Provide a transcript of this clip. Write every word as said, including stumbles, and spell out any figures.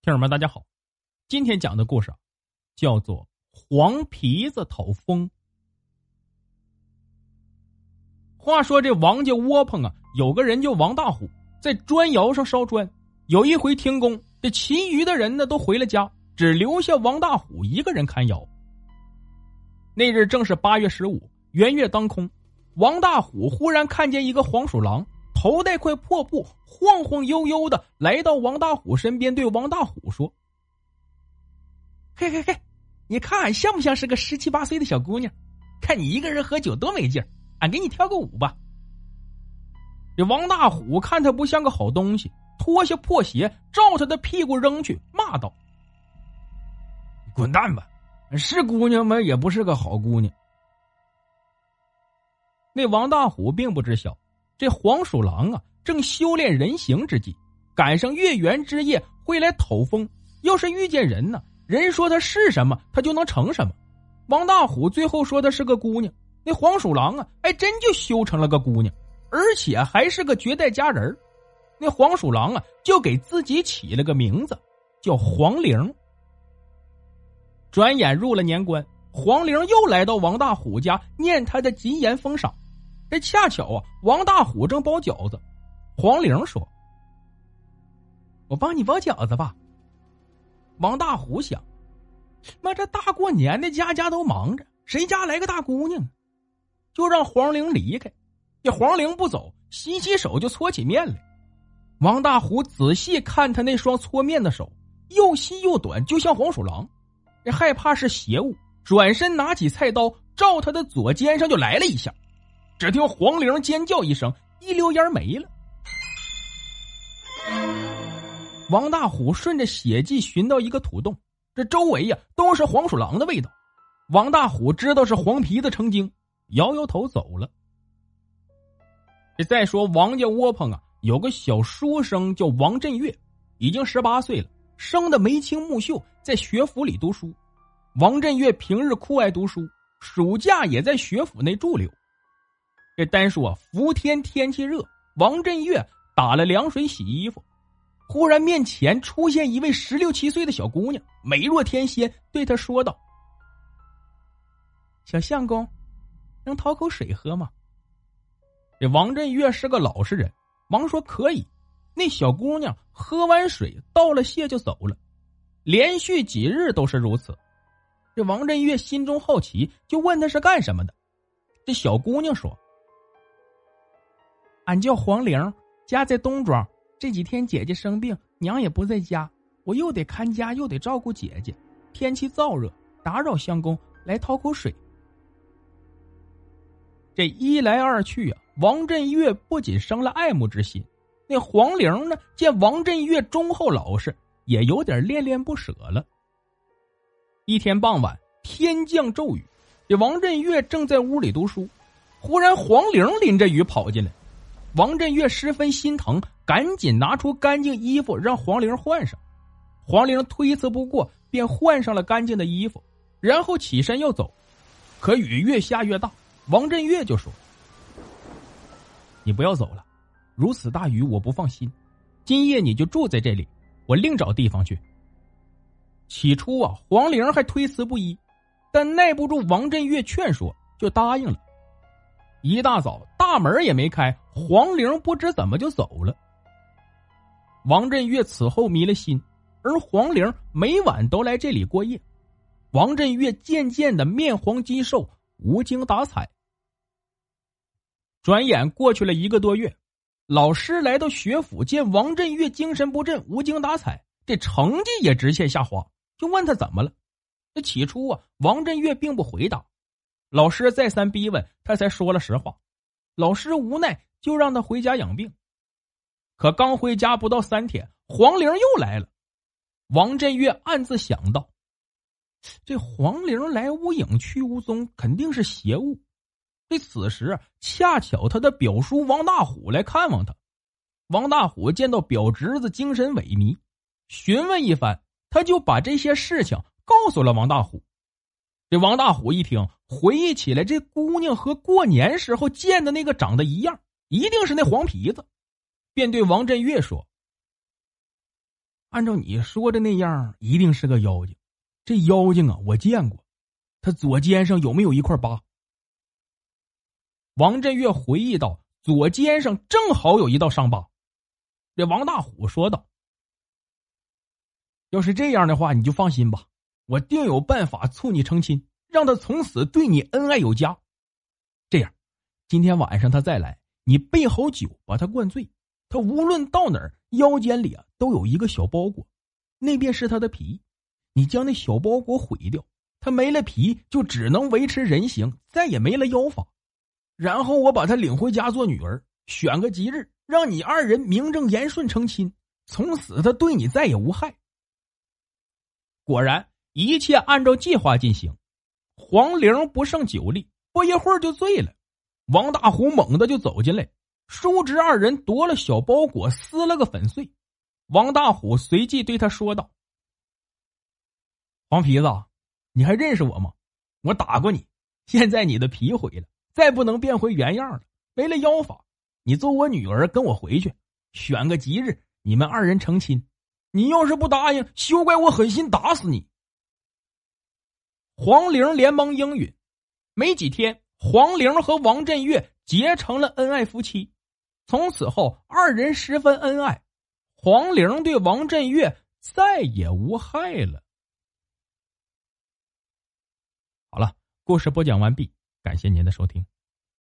听友们大家好，今天讲的故事叫做黄皮子讨风。话说这王家窝棚啊，有个人叫王大虎，在砖窑上烧砖。有一回停工，这其余的人呢都回了家，只留下王大虎一个人看窑。那日正是八月十五，元月当空，王大虎忽然看见一个黄鼠狼，头戴块破布，晃晃悠悠的来到王大虎身边，对王大虎说：嘿嘿嘿，你看俺像不像是个十七八岁的小姑娘？看你一个人喝酒多没劲儿，俺给你跳个舞吧。这王大虎看他不像个好东西，脱下破鞋照他的屁股扔去，骂道：滚蛋吧，是姑娘吗？也不是个好姑娘。那王大虎并不知晓，这黄鼠狼啊正修炼人形之际，赶上月圆之夜会来讨风，要是遇见人呢，人说他是什么他就能成什么。王大虎最后说他是个姑娘，那黄鼠狼啊还真就修成了个姑娘，而且还是个绝代佳人。那黄鼠狼啊就给自己起了个名字叫黄玲。转眼入了年关，黄玲又来到王大虎家念他的吉言封赏。这恰巧啊，王大虎正包饺子，黄玲说：我帮你包饺子吧。王大虎想，妈，这大过年的家家都忙着，谁家来个大姑娘？就让黄玲离开。这黄玲不走，洗起手就搓起面来。王大虎仔细看他那双搓面的手，又细又短，就像黄鼠狼。这害怕是邪物，转身拿起菜刀照他的左肩上就来了一下。只听黄玲尖叫一声，一溜烟没了。王大虎顺着血迹寻到一个土洞，这周围呀、啊、都是黄鼠狼的味道。王大虎知道是黄皮子成精，摇摇头走了。这再说王家窝棚啊，有个小书生叫王振岳，已经十八岁了，生得眉清目秀，在学府里读书。王振岳平日酷爱读书，暑假也在学府内驻留。这单说啊，伏天天气热，王振岳打了凉水洗衣服，忽然面前出现一位十六七岁的小姑娘，美若天仙，对他说道：小相公，能讨口水喝吗？这王振岳是个老实人，忙说可以。那小姑娘喝完水道了谢就走了，连续几日都是如此。这王振岳心中好奇，就问他是干什么的。这小姑娘说：俺叫黄玲，家在东庄，这几天姐姐生病，娘也不在家，我又得看家又得照顾姐姐，天气燥热，打扰相公，来讨口水。这一来二去啊，王振岳不仅生了爱慕之心，那黄玲呢见王振岳忠厚老实，也有点恋恋不舍了。一天傍晚，天降骤雨，这王振岳正在屋里读书，忽然黄玲淋着雨跑进来。王振岳十分心疼，赶紧拿出干净衣服让黄玲换上。黄玲推辞不过，便换上了干净的衣服，然后起身要走。可雨越下越大，王振岳就说：你不要走了，如此大雨我不放心，今夜你就住在这里，我另找地方去。起初啊，黄玲还推辞不依，但耐不住王振岳劝说，就答应了。一大早大门也没开，黄玲不知怎么就走了。王振岳此后迷了心，而黄玲每晚都来这里过夜。王振岳渐渐的面黄肌瘦，无精打采。转眼过去了一个多月，老师来到学府，见王振岳精神不振，无精打采，这成绩也直线下滑，就问他怎么了。这起初啊，王振岳并不回答，老师再三逼问，他才说了实话。老师无奈，就让他回家养病。可刚回家不到三天，黄玲又来了。王振岳暗自想到，这黄玲来无影去无踪，肯定是邪物。这此时恰巧他的表叔王大虎来看望他。王大虎见到表侄子精神萎靡，询问一番，他就把这些事情告诉了王大虎。这王大虎一听，回忆起来这姑娘和过年时候见的那个长得一样，一定是那黄皮子，便对王振岳说： 按照你说的那样，一定是个妖精。这妖精啊，我见过，他左肩上有没有一块疤？王振岳回忆道，左肩上正好有一道伤疤。这王大虎说道，要是这样的话，你就放心吧，我定有办法促你成亲，让他从此对你恩爱有加。这样，今天晚上他再来，你备好酒把他灌醉，他无论到哪儿，腰间里啊都有一个小包裹，那边是他的皮，你将那小包裹毁掉，他没了皮就只能维持人形，再也没了妖法。然后我把他领回家做女儿，选个吉日，让你二人名正言顺成亲，从此他对你再也无害。果然一切按照计划进行，黄玲不胜酒力，不一会儿就醉了。王大虎猛地就走进来，叔侄二人夺了小包裹，撕了个粉碎。王大虎随即对他说道，黄皮子，你还认识我吗？我打过你，现在你的皮毁了，再不能变回原样了，没了妖法，你做我女儿跟我回去，选个吉日，你们二人成亲。你要是不答应，休怪我狠心打死你。黄玲连忙应允。没几天，黄玲和王振岳结成了恩爱夫妻。从此后，二人十分恩爱，黄玲对王振岳再也无害了。好了，故事播讲完毕，感谢您的收听。